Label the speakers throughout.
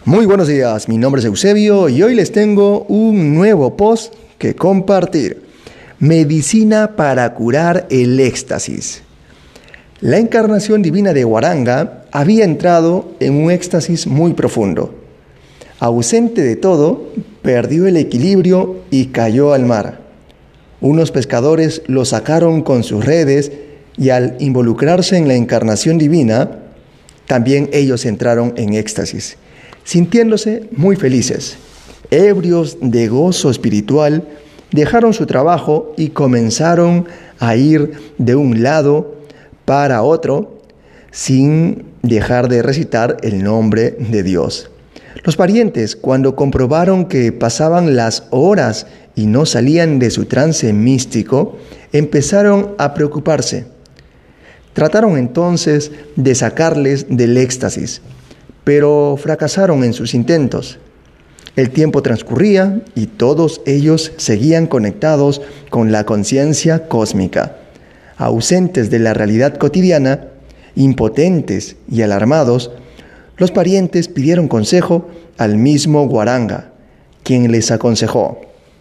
Speaker 1: Muy buenos días, mi nombre es Eusebio y hoy les tengo un nuevo post que compartir. Medicina para curar el éxtasis. La encarnación divina de Huaranga había entrado en un éxtasis muy profundo. Ausente de todo, perdió el equilibrio y cayó al mar. Unos pescadores lo sacaron con sus redes y al involucrarse en la encarnación divina, también ellos entraron en éxtasis, sintiéndose muy felices. Ebrios de gozo espiritual, dejaron su trabajo y comenzaron a ir de un lado para otro sin dejar de recitar el nombre de Dios. Los parientes, cuando comprobaron que pasaban las horas y no salían de su trance místico, empezaron a preocuparse. Trataron entonces de sacarles del éxtasis, pero fracasaron en sus intentos. El tiempo transcurría y todos ellos seguían conectados con la conciencia cósmica. Ausentes de la realidad cotidiana, impotentes y alarmados, los parientes pidieron consejo al mismo Huaranga, quien les aconsejó: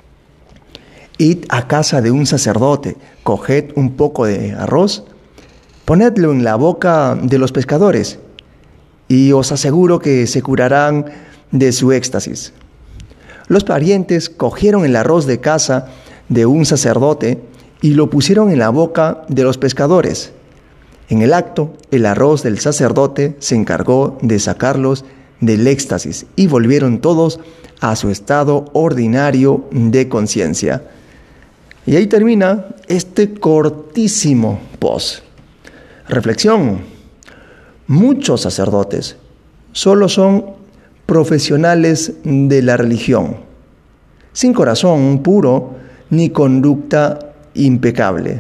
Speaker 1: «Id a casa de un sacerdote, coged un poco de arroz, ponedlo en la boca de los pescadores, y os aseguro que se curarán de su éxtasis». Los parientes cogieron el arroz de casa de un sacerdote y lo pusieron en la boca de los pescadores. En el acto, el arroz del sacerdote se encargó de sacarlos del éxtasis y volvieron todos a su estado ordinario de conciencia. Y ahí termina este cortísimo post. Reflexión: muchos sacerdotes solo son profesionales de la religión, sin corazón puro ni conducta impecable.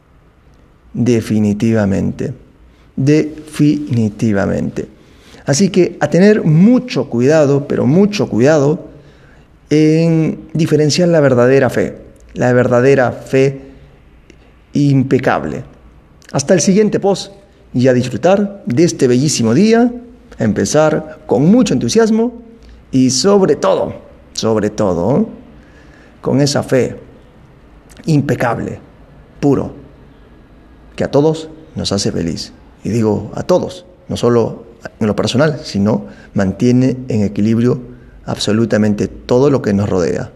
Speaker 1: Definitivamente. Así que a tener mucho cuidado, pero mucho cuidado en diferenciar la verdadera fe impecable. Hasta el siguiente post y a disfrutar de este bellísimo día, a empezar con mucho entusiasmo y sobre todo, con esa fe impecable, puro, que a todos nos hace feliz. Y digo a todos, no solo en lo personal, sino mantiene en equilibrio absolutamente todo lo que nos rodea.